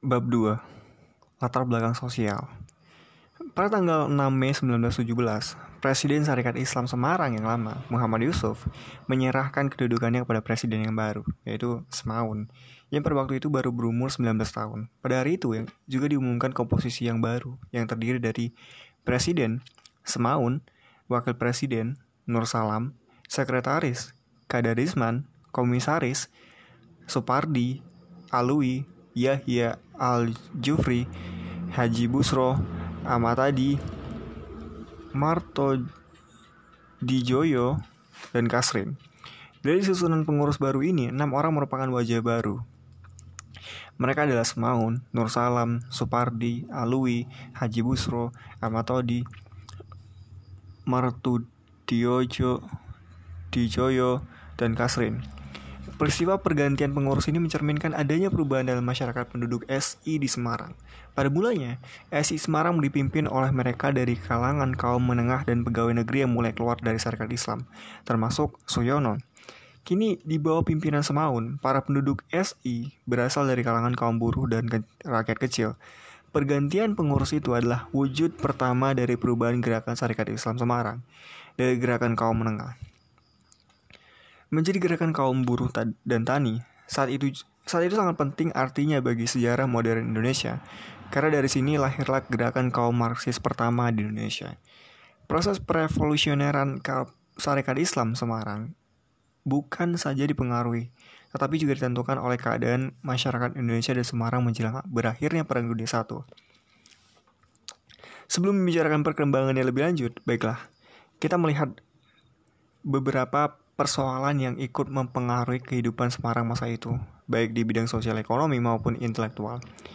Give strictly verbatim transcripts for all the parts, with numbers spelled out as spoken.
Bab dua. Latar belakang sosial. Pada tanggal enam Mei seribu sembilan ratus tujuh belas, Presiden Syarikat Islam Semarang yang lama, Muhammad Yusuf, menyerahkan kedudukannya kepada presiden yang baru, yaitu Semaun, yang pada waktu itu baru berumur sembilan belas tahun. Pada hari itu yang juga diumumkan komposisi yang baru, yang terdiri dari Presiden, Semaun, Wakil Presiden, Nur Salam, Sekretaris, Kadarisman, Komisaris, Supardi, Alwi, Yahya Al-Jufri, Haji Busro, Amatadi, Marto Dijoyo, dan Kasrin. Dari susunan pengurus baru ini, enam orang merupakan wajah baru. Mereka adalah Semaun, Nur Salam, Supardi, Alwi, Haji Busro, Amatodi, Marto Dijoyo, Dijoyo, dan Kasrin. Peristiwa pergantian pengurus ini mencerminkan adanya perubahan dalam masyarakat penduduk S I di Semarang. Pada mulanya, S I Semarang dipimpin oleh mereka dari kalangan kaum menengah dan pegawai negeri yang mulai keluar dari Syarikat Islam, termasuk Suyono. Kini di bawah pimpinan Semaun, para penduduk S I berasal dari kalangan kaum buruh dan ke- rakyat kecil. Pergantian pengurus itu adalah wujud pertama dari perubahan gerakan Syarikat Islam Semarang, dari gerakan kaum menengah menjadi gerakan kaum buruh dan tani. Saat itu saat itu sangat penting artinya bagi sejarah modern Indonesia, karena dari sini lahirlah gerakan kaum Marxis pertama di Indonesia. Proses perevolusioneran Syarikat Islam Semarang bukan saja dipengaruhi, tetapi juga ditentukan oleh keadaan masyarakat Indonesia dan Semarang menjelang berakhirnya Perang Dunia Satu. Sebelum membicarakan perkembangan yang lebih lanjut, baiklah, kita melihat beberapa persoalan yang ikut mempengaruhi kehidupan Semarang masa itu, baik di bidang sosial ekonomi maupun intelektual.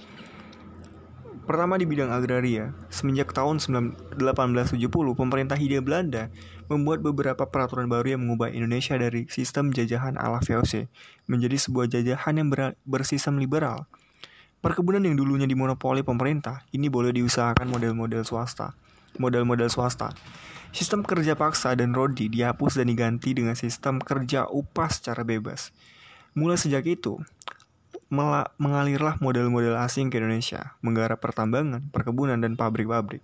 Pertama di bidang agraria, semenjak tahun delapan belas tujuh puluh, pemerintah Hindia Belanda membuat beberapa peraturan baru yang mengubah Indonesia dari sistem jajahan ala V O C menjadi sebuah jajahan yang ber- bersistem liberal. Perkebunan yang dulunya dimonopoli pemerintah, ini boleh diusahakan model-model swasta. Model-model swasta. Sistem kerja paksa dan rodi dihapus dan diganti dengan sistem kerja upah secara bebas. Mulai sejak itu, mela- mengalirlah model-model asing ke Indonesia, menggarap pertambangan, perkebunan, dan pabrik-pabrik.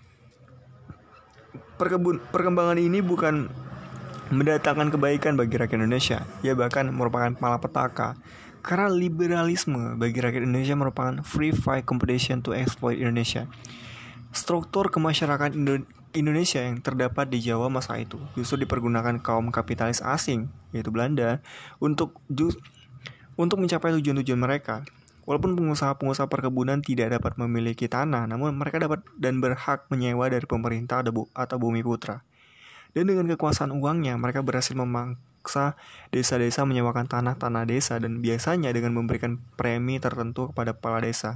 Perkebun- perkembangan ini bukan mendatangkan kebaikan bagi rakyat Indonesia, ia bahkan merupakan malapetaka. Karena liberalisme bagi rakyat Indonesia merupakan free fight competition to exploit Indonesia. Struktur kemasyarakatan Indo- Indonesia yang terdapat di Jawa masa itu justru dipergunakan kaum kapitalis asing, yaitu Belanda, untuk ju- untuk mencapai tujuan-tujuan mereka. Walaupun pengusaha-pengusaha perkebunan tidak dapat memiliki tanah, namun mereka dapat dan berhak menyewa dari pemerintah atau Bumi Putra. Dan dengan kekuasaan uangnya, mereka berhasil memaksa desa-desa menyewakan tanah-tanah desa dan biasanya dengan memberikan premi tertentu kepada kepala desa.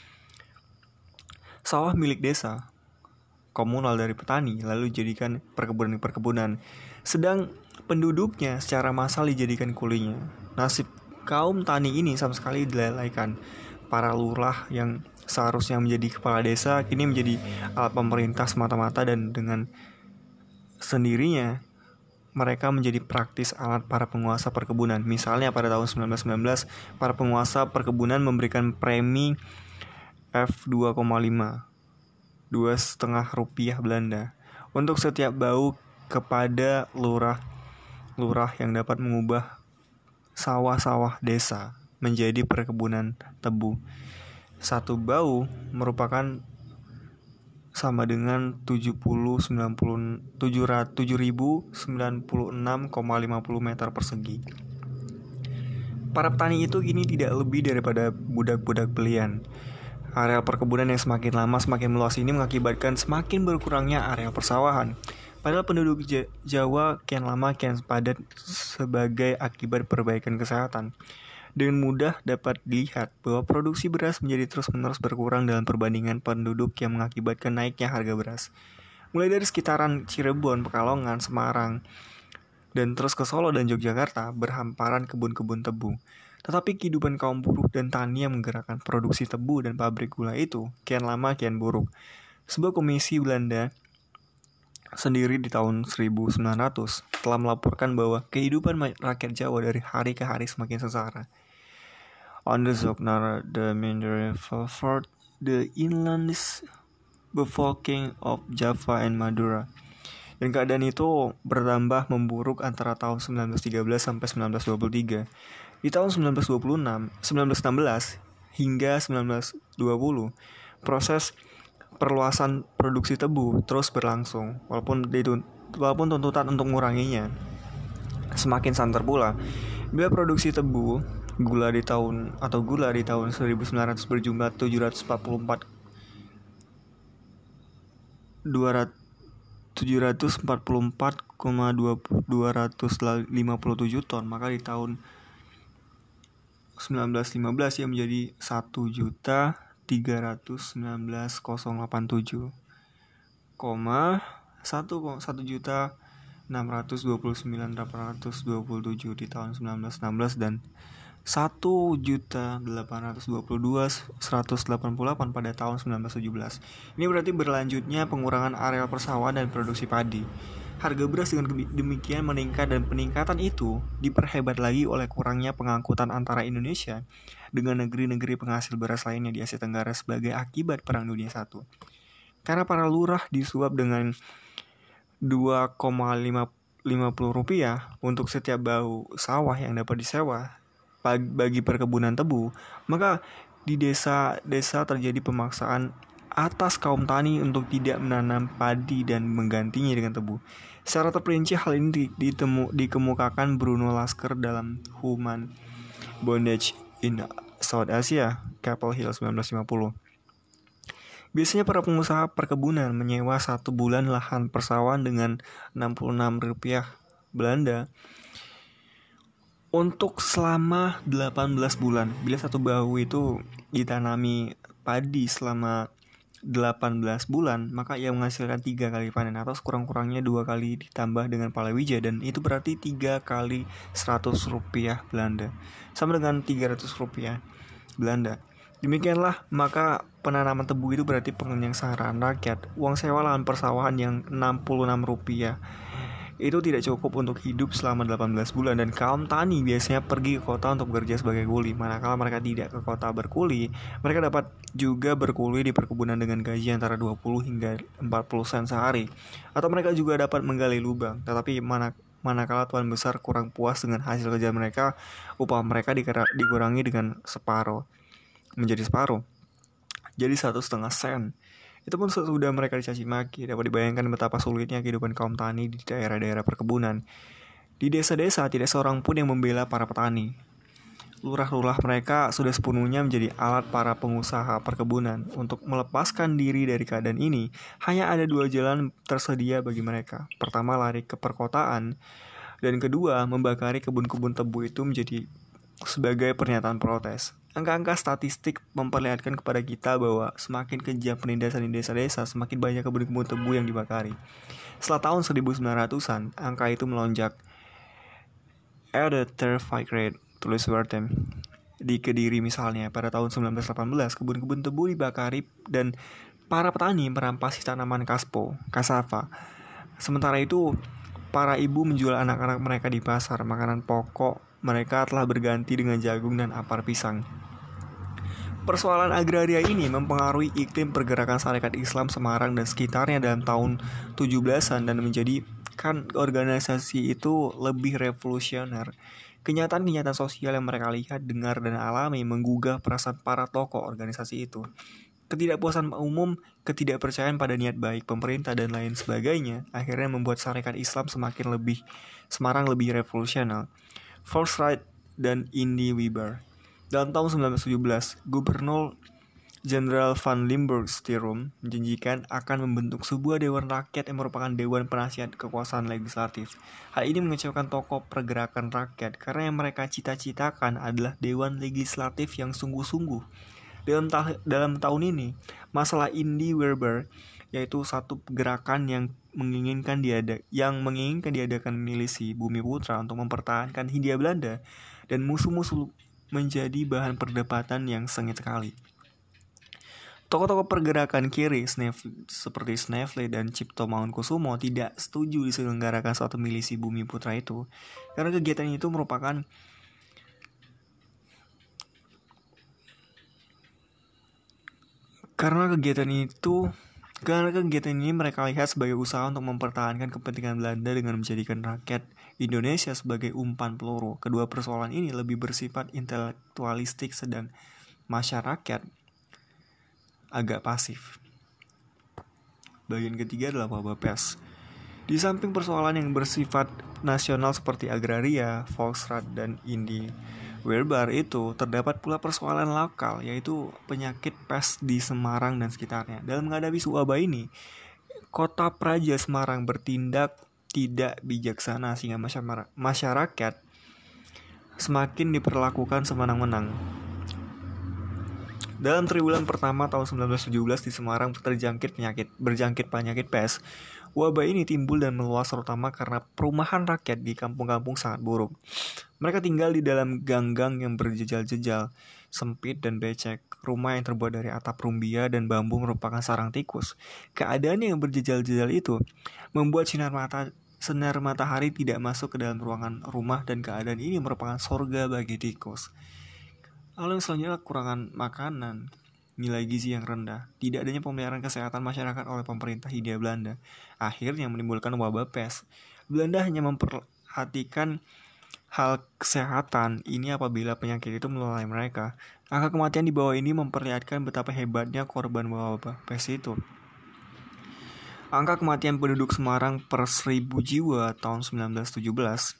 Sawah milik desa komunal dari petani lalu dijadikan perkebunan-perkebunan, sedang penduduknya secara massal dijadikan kulinya. Nasib kaum tani ini sama sekali dilalaikan. Para lurah yang seharusnya menjadi kepala desa kini menjadi alat pemerintah semata-mata, dan dengan sendirinya mereka menjadi praktis alat para penguasa perkebunan. Misalnya pada tahun sembilan belas sembilan belas, para penguasa perkebunan memberikan premi F dua koma lima, dua setengah rupiah Belanda untuk setiap bau kepada lurah lurah yang dapat mengubah sawah-sawah desa menjadi perkebunan tebu. Satu bau merupakan sama dengan tujuh ribu sembilan puluh enam koma lima puluh meter persegi. Para petani itu kini tidak lebih daripada budak-budak belian. Areal perkebunan yang semakin lama semakin meluas ini mengakibatkan semakin berkurangnya areal persawahan. Padahal penduduk J- Jawa kian lama kian padat sebagai akibat perbaikan kesehatan. Dengan mudah dapat dilihat bahwa produksi beras menjadi terus-menerus berkurang dalam perbandingan penduduk yang mengakibatkan naiknya harga beras. Mulai dari sekitaran Cirebon, Pekalongan, Semarang, dan terus ke Solo dan Yogyakarta berhamparan kebun-kebun tebu. Tetapi kehidupan kaum buruh dan tani yang menggerakkan produksi tebu dan pabrik gula itu kian lama kian buruk. Sebuah komisi Belanda sendiri di tahun seribu sembilan ratus telah melaporkan bahwa kehidupan rakyat Jawa dari hari ke hari semakin sengsara. on the Zoknar, the Mandarin Falford, the inland befolking of Java and Madura. Dan keadaan itu bertambah memburuk antara tahun sembilan belas tiga belas sampai sembilan belas dua puluh tiga. Di tahun sembilan belas dua puluh enam, sembilan belas enam belas hingga sembilan belas dua puluh, proses perluasan produksi tebu terus berlangsung, walaupun itu walaupun tuntutan untuk menguranginya semakin santer pula. Bila produksi tebu gula di tahun atau gula di tahun seribu sembilan ratus berjumlah tujuh ratus empat puluh empat tujuh ratus empat puluh empat koma dua ratus lima puluh tujuh ton, maka di tahun sembilan belas lima belas ia menjadi satu juta tiga ratus sembilan belas ribu delapan puluh tujuh koma satu juta enam ratus dua puluh sembilan ribu delapan ratus dua puluh tujuh di tahun sembilan belas enam belas dan satu juta delapan ratus dua puluh dua ribu seratus delapan puluh delapan pada tahun sembilan belas tujuh belas. Ini berarti berlanjutnya pengurangan areal persawahan dan produksi padi. Harga beras dengan demikian meningkat, dan peningkatan itu diperhebat lagi oleh kurangnya pengangkutan antara Indonesia dengan negeri-negeri penghasil beras lainnya di Asia Tenggara sebagai akibat Perang Dunia Satu. Karena para lurah disuap dengan dua koma lima puluh rupiah untuk setiap bahu sawah yang dapat disewa bagi perkebunan tebu, maka di desa-desa terjadi pemaksaan atas kaum tani untuk tidak menanam padi dan menggantinya dengan tebu. Secara terperinci hal ini ditemu, dikemukakan Bruno Lasker dalam Human Bondage in South Asia, Capitol Hill sembilan belas lima puluh. Biasanya para pengusaha perkebunan menyewa satu bulan lahan persawahan dengan enam puluh enam rupiah Belanda untuk selama delapan belas bulan. Bila satu bahu itu ditanami padi selama delapan belas bulan, maka ia menghasilkan tiga kali panen atau sekurang-kurangnya dua kali ditambah dengan palawija, dan itu berarti tiga kali seratus rupiah Belanda, sama dengan tiga ratus rupiah Belanda. Demikianlah, maka penanaman tebu itu berarti pengenyangsaran rakyat. Uang sewa lahan persawahan yang enam puluh enam rupiah itu tidak cukup untuk hidup selama delapan belas bulan, dan kaum tani biasanya pergi ke kota untuk bekerja sebagai kuli. Manakala mereka tidak ke kota berkuli, mereka dapat juga berkuli di perkebunan dengan gaji antara dua puluh hingga empat puluh sen sehari, atau mereka juga dapat menggali lubang. Tetapi mana manakala tuan besar kurang puas dengan hasil kerja mereka, upah mereka dikurangi dengan separuh, menjadi separuh, jadi satu setengah sen. Itu pun sudah mereka dicaci maki. Dapat dibayangkan betapa sulitnya kehidupan kaum tani di daerah-daerah perkebunan. Di desa-desa tidak seorang pun yang membela para petani. Lurah-lurah mereka sudah sepenuhnya menjadi alat para pengusaha perkebunan. Untuk melepaskan diri dari keadaan ini, hanya ada dua jalan tersedia bagi mereka. Pertama, lari ke perkotaan, dan kedua, membakari kebun-kebun tebu itu menjadi sebagai pernyataan protes. Angka-angka statistik memperlihatkan kepada kita bahwa semakin kejam penindasan di desa-desa, semakin banyak kebun-kebun tebu yang dibakari. Setelah tahun seribu sembilan ratusan, angka itu melonjak. At a terrific rate, tulis Wertham. Di Kediri misalnya, pada tahun sembilan belas delapan belas, kebun-kebun tebu dibakari dan para petani merampasi tanaman kaspo, kasava. Sementara itu, para ibu menjual anak-anak mereka di pasar. Makanan pokok mereka telah berganti dengan jagung dan apar pisang. Persoalan agraria ini mempengaruhi iklim pergerakan Sarekat Islam Semarang dan sekitarnya dalam tahun tujuh belasan dan menjadikan organisasi itu lebih revolusioner. Kenyataan-kenyataan sosial yang mereka lihat, dengar, dan alami menggugah perasaan para tokoh organisasi itu. Ketidakpuasan umum, ketidakpercayaan pada niat baik pemerintah, dan lain sebagainya akhirnya membuat Sarekat Islam semakin lebih Semarang lebih revolusioner. Forsyth dan Indy Weber. Dalam tahun sembilan belas tujuh belas, Gubernur Jenderal Van Limburg-Stirum menjanjikan akan membentuk sebuah dewan rakyat yang merupakan dewan penasihat kekuasaan legislatif. Hal ini mengecewakan tokoh pergerakan rakyat karena yang mereka cita-citakan adalah dewan legislatif yang sungguh-sungguh. Dalam, ta- dalam tahun ini, masalah Indy Weber, yaitu satu gerakan yang menginginkan diada yang menginginkan diadakan milisi Bumi Putra untuk mempertahankan Hindia Belanda, dan musuh-musuh menjadi bahan perdebatan yang sengit sekali. Tokoh-tokoh pergerakan kiri Snef, seperti Snefle dan Cipto Mangunkusumo tidak setuju diselenggarakan suatu milisi Bumi Putra itu, karena kegiatan itu merupakan Karena kegiatan itu Karena kegiatan ini mereka lihat sebagai usaha untuk mempertahankan kepentingan Belanda dengan menjadikan rakyat Indonesia sebagai umpan peluru. Kedua persoalan ini lebih bersifat intelektualistik, sedang masyarakat agak pasif. Bagian ketiga adalah wabah pes. Di samping persoalan yang bersifat nasional seperti agraria, Volksrat, dan Indi Weber itu, terdapat pula persoalan lokal, yaitu penyakit pes di Semarang dan sekitarnya. Dalam menghadapi wabah ini, Kota Praja Semarang bertindak tidak bijaksana sehingga masyarakat semakin diperlakukan semenang-menang. Dalam triwulan pertama tahun sembilan belas tujuh belas di Semarang terjangkit penyakit berjangkit penyakit pes. Wabah ini timbul dan meluas terutama karena perumahan rakyat di kampung-kampung sangat buruk. Mereka tinggal di dalam gang-gang yang berjejal-jejal, sempit dan becek. Rumah yang terbuat dari atap rumbia dan bambu merupakan sarang tikus. Keadaan yang berjejal-jejal itu membuat sinar mata sinar matahari tidak masuk ke dalam ruangan rumah, dan keadaan ini merupakan surga bagi tikus. Lalu yang selanjutnya, kekurangan makanan, nilai gizi yang rendah, tidak adanya pemeliharaan kesehatan masyarakat oleh pemerintah Hindia Belanda, akhirnya menimbulkan wabah pes. Belanda hanya memperhatikan hal kesehatan ini apabila penyakit itu melalui mereka. Angka kematian di bawah ini memperlihatkan betapa hebatnya korban wabah pes itu. Angka kematian penduduk Semarang per seribu jiwa tahun sembilan belas tujuh belas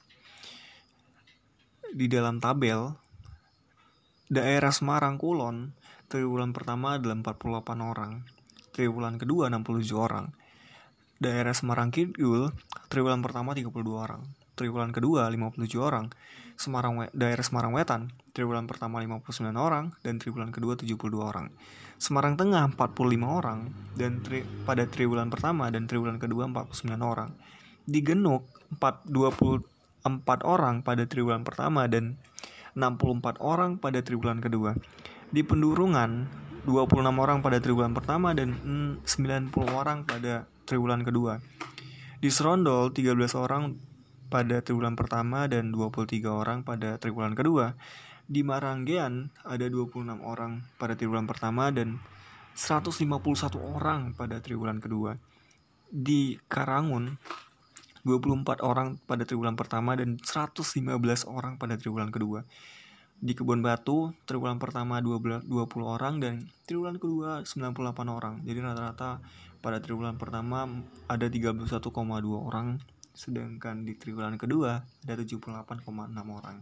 di dalam tabel, daerah Semarang Kulon triwulan pertama adalah empat puluh delapan orang, triwulan kedua enam puluh tujuh orang. Daerah Semarang Kidul triwulan pertama tiga puluh dua orang, triwulan kedua lima puluh tujuh orang. Semarang daerah Semarang Wetan triwulan pertama lima puluh sembilan orang dan triwulan kedua tujuh puluh dua orang. Semarang Tengah empat puluh lima orang dan tri, pada triwulan pertama dan triwulan kedua empat puluh sembilan orang. Di Genuk dua puluh empat orang pada triwulan pertama dan enam puluh empat orang pada triwulan kedua. Di Pendurungan dua puluh enam orang pada triwulan pertama dan sembilan puluh orang pada triwulan kedua. Di Serondol tiga belas orang pada triwulan pertama dan dua puluh tiga orang pada triwulan kedua. Di Maranggean ada dua puluh enam orang pada triwulan pertama dan seratus lima puluh satu orang pada triwulan kedua. Di Karangun dua puluh empat orang pada triwulan pertama dan seratus lima belas orang pada triwulan kedua. Di Kebon Batu triwulan pertama dua puluh orang dan triwulan kedua sembilan puluh delapan orang. Jadi rata-rata pada triwulan pertama ada tiga puluh satu koma dua orang, sedangkan di triwulan kedua ada tujuh puluh delapan koma enam orang.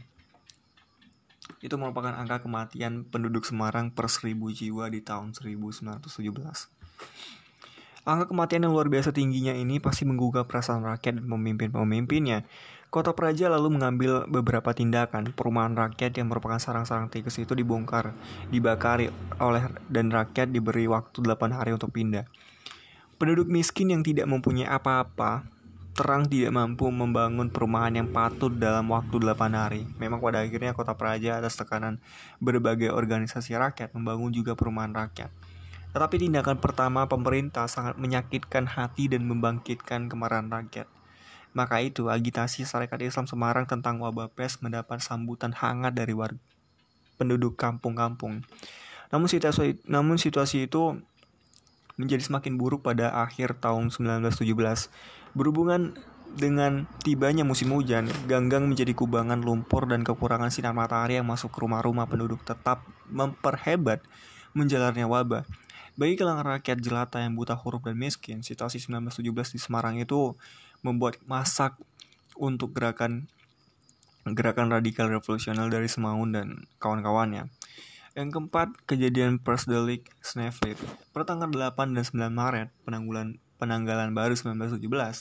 Itu merupakan angka kematian penduduk Semarang per seribu jiwa di tahun seribu sembilan ratus tujuh belas. Angka kematian yang luar biasa tingginya ini pasti menggugah perasaan rakyat dan pemimpin-pemimpinnya. Kota Praja lalu mengambil beberapa tindakan. Perumahan rakyat yang merupakan sarang-sarang tikus itu dibongkar, dibakari oleh dan rakyat diberi waktu delapan hari untuk pindah. Penduduk miskin yang tidak mempunyai apa-apa, terang tidak mampu membangun perumahan yang patut dalam waktu delapan hari. Memang pada akhirnya Kota Praja atas tekanan berbagai organisasi rakyat membangun juga perumahan rakyat. Tetapi tindakan pertama pemerintah sangat menyakitkan hati dan membangkitkan kemarahan rakyat. Maka itu, agitasi Sarekat Islam Semarang tentang wabah pes mendapat sambutan hangat dari warga penduduk kampung-kampung. Namun situasi, namun situasi itu menjadi semakin buruk pada akhir tahun sembilan belas tujuh belas. Berhubungan dengan tibanya musim hujan, gang-gang menjadi kubangan lumpur dan kekurangan sinar matahari yang masuk ke rumah-rumah penduduk tetap memperhebat menjalarnya wabah. Bagi kalangan rakyat jelata yang buta huruf dan miskin, situasi sembilan belas tujuh belas di Semarang itu membuat masak untuk gerakan gerakan radikal revolusioner dari Semaun dan kawan-kawannya. Yang keempat, kejadian Persdelik Snefrit. Per tanggal delapan dan sembilan Maret, penanggulan penanggalan baru sembilan belas tujuh belas,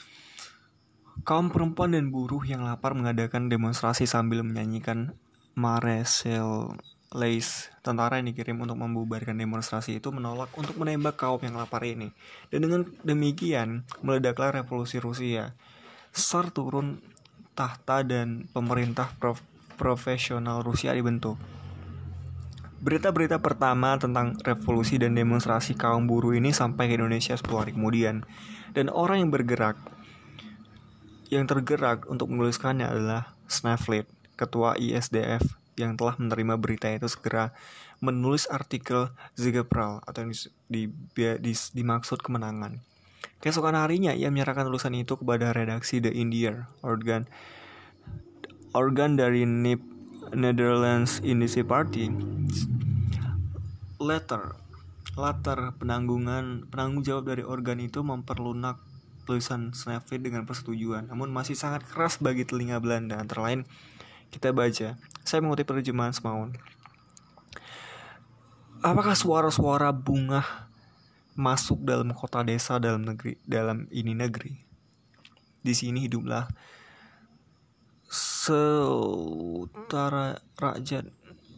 kaum perempuan dan buruh yang lapar mengadakan demonstrasi sambil menyanyikan Marseillaise. Tentara yang dikirim untuk membubarkan demonstrasi itu menolak untuk menembak kaum yang lapar ini. Dan dengan demikian meledaklah revolusi Rusia. Tsar turun tahta dan pemerintah prof- profesional Rusia dibentuk. Berita-berita pertama tentang revolusi dan demonstrasi kaum buruh ini sampai ke Indonesia sepuluh hari kemudian. Dan orang yang bergerak yang tergerak untuk menuliskannya adalah Snefrit, ketua I S D F yang telah menerima berita itu segera menulis artikel Zegeprel atau yang di, di, di, dimaksud kemenangan. Keesokan harinya ia menyerahkan tulisan itu kepada redaksi The Indier, organ organ dari N I P Netherlands Indische Party. Letter Latar penanggungan penanggung jawab dari organ itu memperlunak tulisan Sneevliet dengan persetujuan, namun masih sangat keras bagi telinga Belanda. Antara lain kita baca, saya mengutip terjemahan Smaun. Apakah suara-suara bunga masuk dalam kota desa dalam negeri dalam ini negeri? Di sini hiduplah saudara rakyat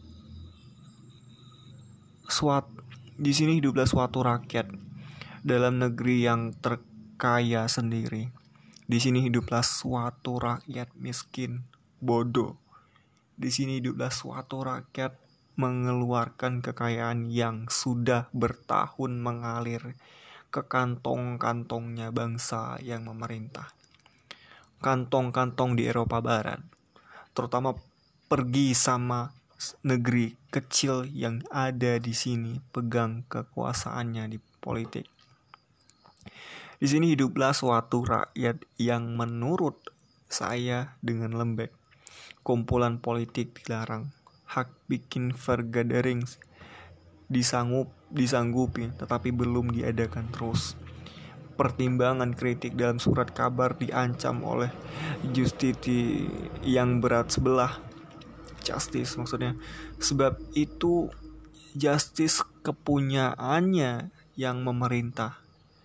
suatu Di sini hiduplah suatu rakyat dalam negeri yang terkaya sendiri. Di sini hiduplah suatu rakyat miskin, bodoh. Di sini hiduplah suatu rakyat mengeluarkan kekayaan yang sudah bertahun mengalir ke kantong-kantongnya bangsa yang memerintah. Kantong-kantong di Eropa Barat, terutama pergi sama negeri kecil yang ada di sini pegang kekuasaannya di politik. Di sini hiduplah suatu rakyat yang menurut saya dengan lembek. Kumpulan politik dilarang, hak bikin vergadering disanggup disanggupi, tetapi belum diadakan terus. Pertimbangan kritik dalam surat kabar diancam oleh justisi yang berat sebelah. Justice maksudnya. Sebab itu justice kepunyaannya yang memerintah.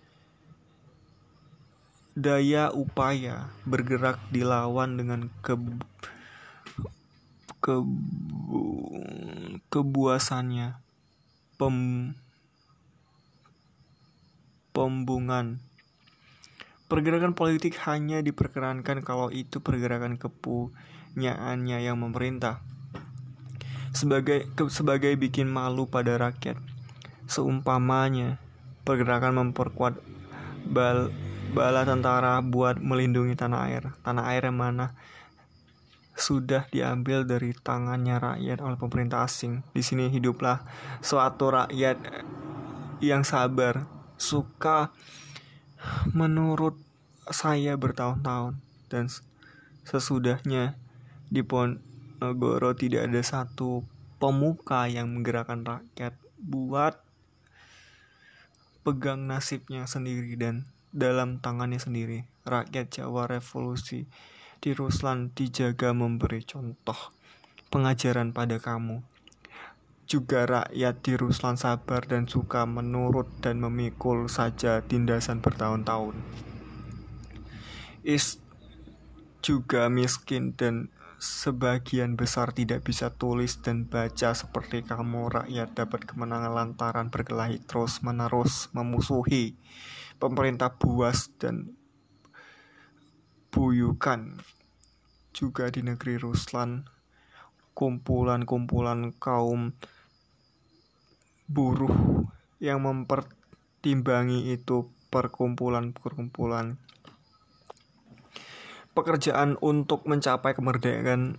Daya upaya bergerak dilawan dengan ke, ke, kebuasannya. Pem, pembungan. Pergerakan politik hanya diperkenankan kalau itu pergerakan kepunyaannya yang memerintah. Sebagai ke, sebagai bikin malu pada rakyat. Seumpamanya pergerakan memperkuat bal, bala tentara buat melindungi tanah air. Tanah air yang mana sudah diambil dari tangannya rakyat oleh pemerintah asing. Di sini hiduplah suatu rakyat yang sabar, suka menurut saya bertahun-tahun, dan sesudahnya di Ponorogo tidak ada satu pemuka yang menggerakkan rakyat buat pegang nasibnya sendiri dan dalam tangannya sendiri. Rakyat Jawa revolusi di Ruslan dijaga memberi contoh pengajaran pada kamu. Juga rakyat di Ruslan sabar dan suka menurut dan memikul saja tindasan bertahun-tahun. Is juga miskin dan sebagian besar tidak bisa tulis dan baca seperti kamu. Rakyat dapat kemenangan lantaran berkelahi terus menerus memusuhi pemerintah buas dan buyukan. Juga di negeri Ruslan, kumpulan-kumpulan kaum buruh yang mempertimbangi itu perkumpulan-perkumpulan pekerjaan untuk mencapai kemerdekaan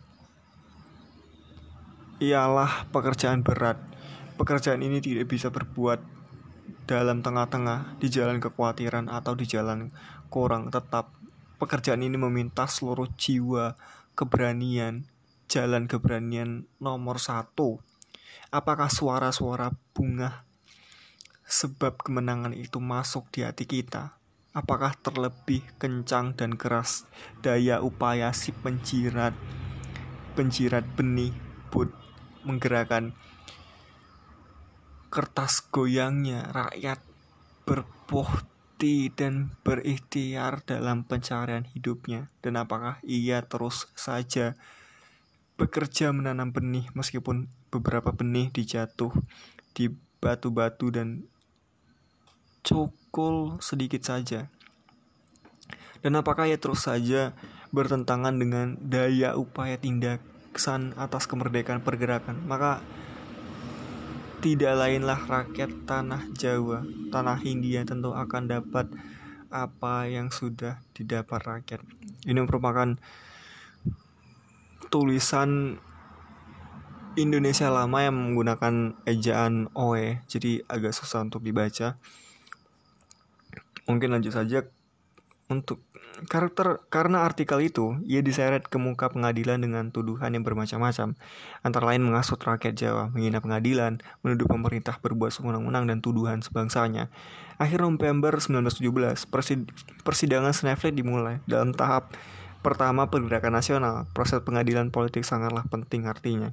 ialah pekerjaan berat. Pekerjaan ini tidak bisa berbuat dalam tengah-tengah, di jalan kekhawatiran atau di jalan kurang tetap. Pekerjaan ini meminta seluruh jiwa, keberanian, jalan keberanian nomor satu. Apakah suara-suara bunga sebab kemenangan itu masuk di hati kita? Apakah terlebih kencang dan keras daya upaya si penjirat penjirat benih but menggerakkan kertas goyangnya rakyat berpohti dan berikhtiar dalam pencarian hidupnya? Dan apakah ia terus saja bekerja menanam benih meskipun beberapa benih dijatuh di batu-batu dan cukul sedikit saja? Dan apakah ia terus saja bertentangan dengan daya upaya tindakan atas kemerdekaan pergerakan? Maka tidak lainlah rakyat tanah Jawa, tanah Hindia tentu akan dapat apa yang sudah didapat rakyat. Ini merupakan tulisan Indonesia lama yang menggunakan ejaan oe, jadi agak susah untuk dibaca. Mungkin lanjut saja. Untuk karakter karena artikel itu, ia diseret ke muka pengadilan dengan tuduhan yang bermacam-macam, antara lain menghasut rakyat Jawa, menghina pengadilan, menuduh pemerintah berbuat sewenang-wenang dan tuduhan sebangsanya. Akhir November sembilan belas tujuh belas, persid- persidangan Sneflit dimulai. Dalam tahap pertama pergerakan nasional, proses pengadilan politik sangatlah penting artinya.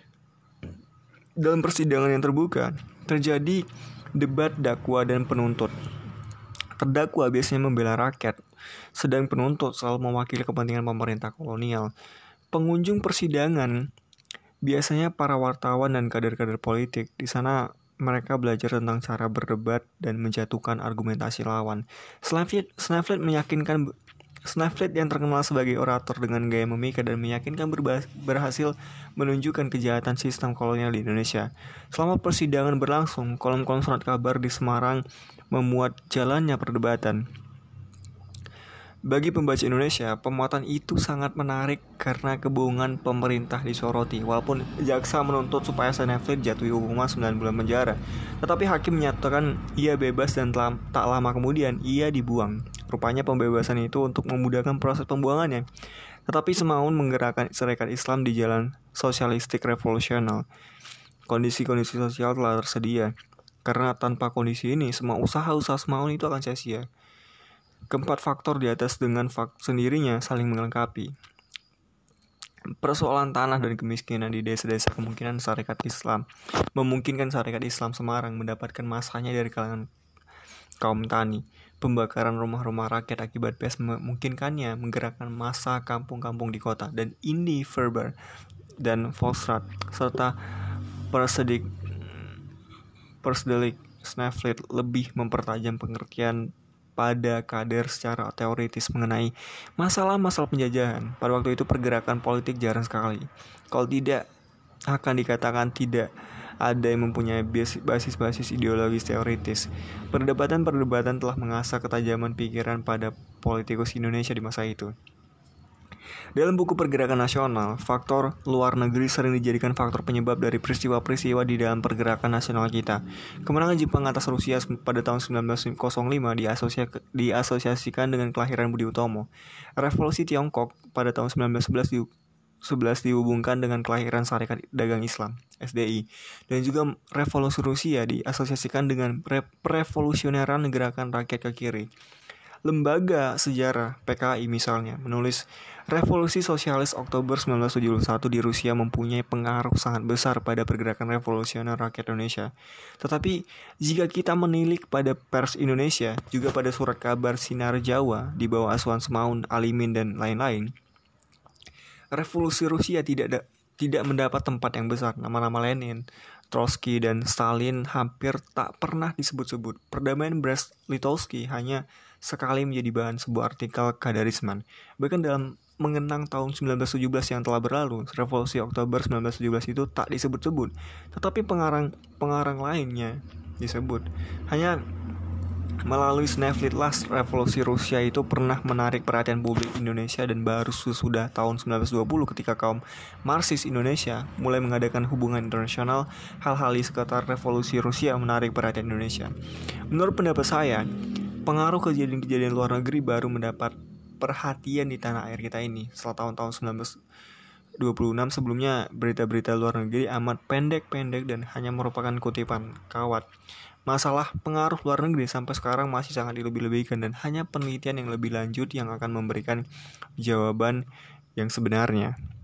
Dalam persidangan yang terbuka, terjadi debat dakwa dan penuntut. Terdakwa biasanya membela rakyat, sedang penuntut selalu mewakili kepentingan pemerintah kolonial. Pengunjung persidangan biasanya para wartawan dan kader-kader politik. Di sana mereka belajar tentang cara berdebat dan menjatuhkan argumentasi lawan. Sneflit, Sneflit meyakinkan Sneflit yang terkenal sebagai orator dengan gaya memikat dan meyakinkan berbahas, berhasil menunjukkan kejahatan sistem kolonial di Indonesia. Selama persidangan berlangsung, kolom-kolom surat kabar di Semarang memuat jalannya perdebatan. Bagi pembaca Indonesia, pemuatan itu sangat menarik karena kebohongan pemerintah disoroti. Walaupun jaksa menuntut supaya Sneflit jatuhi hukuman sembilan bulan penjara, tetapi hakim menyatakan ia bebas dan telah, tak lama kemudian ia dibuang. Rupanya pembebasan itu untuk memudahkan proses pembuangannya. Tetapi Semaun menggerakkan Serikat Islam di jalan sosialistik revolusional. Kondisi-kondisi sosial telah tersedia. Karena tanpa kondisi ini, semua usaha-usaha Semaun itu akan sia-sia. Keempat faktor di atas dengan fak sendirinya saling melengkapi. Persoalan tanah dan kemiskinan di desa-desa kemungkinan Serikat Islam memungkinkan Serikat Islam Semarang mendapatkan masanya dari kalangan kaum tani. Pembakaran rumah-rumah rakyat akibat pes memungkinkannya menggerakkan massa kampung-kampung di kota. Dan Indi Ferber dan Volksraad serta Persedik Persdelik Sneflit lebih mempertajam pengertian pada kader secara teoritis mengenai masalah-masalah penjajahan. Pada waktu itu pergerakan politik jarang sekali. Kalau tidak, akan dikatakan tidak ada yang mempunyai basis-basis ideologis teoritis. Perdebatan-perdebatan telah mengasah ketajaman pikiran pada politikus Indonesia di masa itu. Dalam buku Pergerakan Nasional, faktor luar negeri sering dijadikan faktor penyebab dari peristiwa-peristiwa di dalam pergerakan nasional kita. Kemenangan Jepang atas Rusia pada tahun sembilan belas nol lima diasosia- diasosiasikan dengan kelahiran Budi Utomo. Revolusi Tiongkok pada tahun sembilan belas sebelas di sebelas dihubungkan dengan kelahiran Sarekat Dagang Islam S D I, dan juga Revolusi Rusia diasosiasikan dengan re- revolusioneran gerakan rakyat ke kiri. Lembaga sejarah P K I misalnya menulis Revolusi Sosialis Oktober sembilan belas tujuh puluh satu di Rusia mempunyai pengaruh sangat besar pada pergerakan revolusioner rakyat Indonesia. Tetapi jika kita menilik pada pers Indonesia, juga pada surat kabar Sinar Jawa di bawah asuhan Semaun, Alimin dan lain-lain, Revolusi Rusia tidak da- tidak mendapat tempat yang besar. Nama-nama Lenin, Trotsky dan Stalin hampir tak pernah disebut-sebut. Perdamaian Brest-Litovsk hanya sekali menjadi bahan sebuah artikel Kadarisman. Bahkan dalam mengenang tahun sembilan belas tujuh belas yang telah berlalu, Revolusi Oktober sembilan belas tujuh belas itu tak disebut-sebut. Tetapi pengarang-pengarang lainnya disebut. Hanya melalui Sneflit lah Revolusi Rusia itu pernah menarik perhatian publik Indonesia, dan baru sesudah tahun sembilan belas dua puluh ketika kaum Marxis Indonesia mulai mengadakan hubungan internasional, hal-hal di sekitar Revolusi Rusia menarik perhatian Indonesia. Menurut pendapat saya, pengaruh kejadian-kejadian luar negeri baru mendapat perhatian di tanah air kita ini setelah tahun-tahun sembilan belas dua puluh enam. Sebelumnya berita-berita luar negeri amat pendek-pendek dan hanya merupakan kutipan kawat. Masalah pengaruh luar negeri sampai sekarang masih sangat dilebih-lebihkan, dan hanya penelitian yang lebih lanjut yang akan memberikan jawaban yang sebenarnya.